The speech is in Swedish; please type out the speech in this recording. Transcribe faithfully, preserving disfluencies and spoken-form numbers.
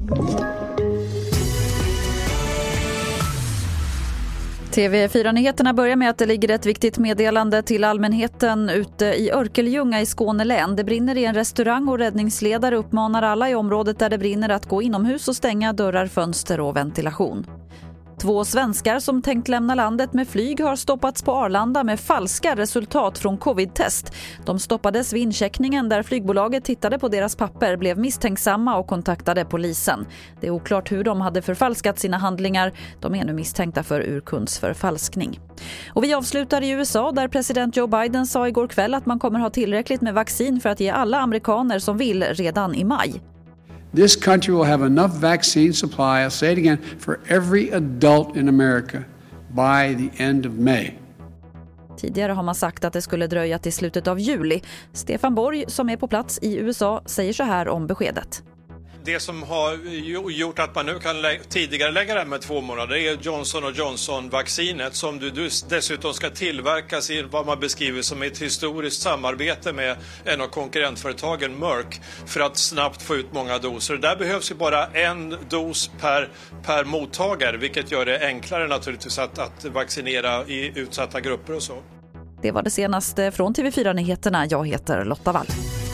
T V fyra-nyheterna börjar med att det ligger ett viktigt meddelande till allmänheten ute i Örkelljunga i Skåne län. Det brinner i en restaurang och räddningsledare uppmanar alla i området där det brinner att gå inomhus och stänga dörrar, fönster och ventilation. Två svenskar som tänkt lämna landet med flyg har stoppats på Arlanda med falska resultat från covid-test. De stoppades vid incheckningen där flygbolaget tittade på deras papper, blev misstänksamma och kontaktade polisen. Det är oklart hur de hade förfalskat sina handlingar. De är nu misstänkta för urkundsförfalskning. Och vi avslutar i U S A där president Joe Biden sa igår kväll att man kommer ha tillräckligt med vaccin för att ge alla amerikaner som vill redan i maj. This country will have enough vaccine supply, I'll say it again, for every adult in America by the end of May. Tidigare har man sagt att det skulle dröja till slutet av juli. Stefan Borg, som är på plats i U S A, säger så här om beskedet. Det som har gjort att man nu kan lä- tidigare lägga det här med två månader är Johnson och Johnson-vaccinet som du, du dessutom ska tillverkas i vad man beskriver som ett historiskt samarbete med en av konkurrentföretagen, Merck, för att snabbt få ut många doser. Där behövs ju bara en dos per, per mottagare, vilket gör det enklare naturligtvis att, att vaccinera i utsatta grupper och så. Det var det senaste från T V fyra-nyheterna. Jag heter Lotta Wall.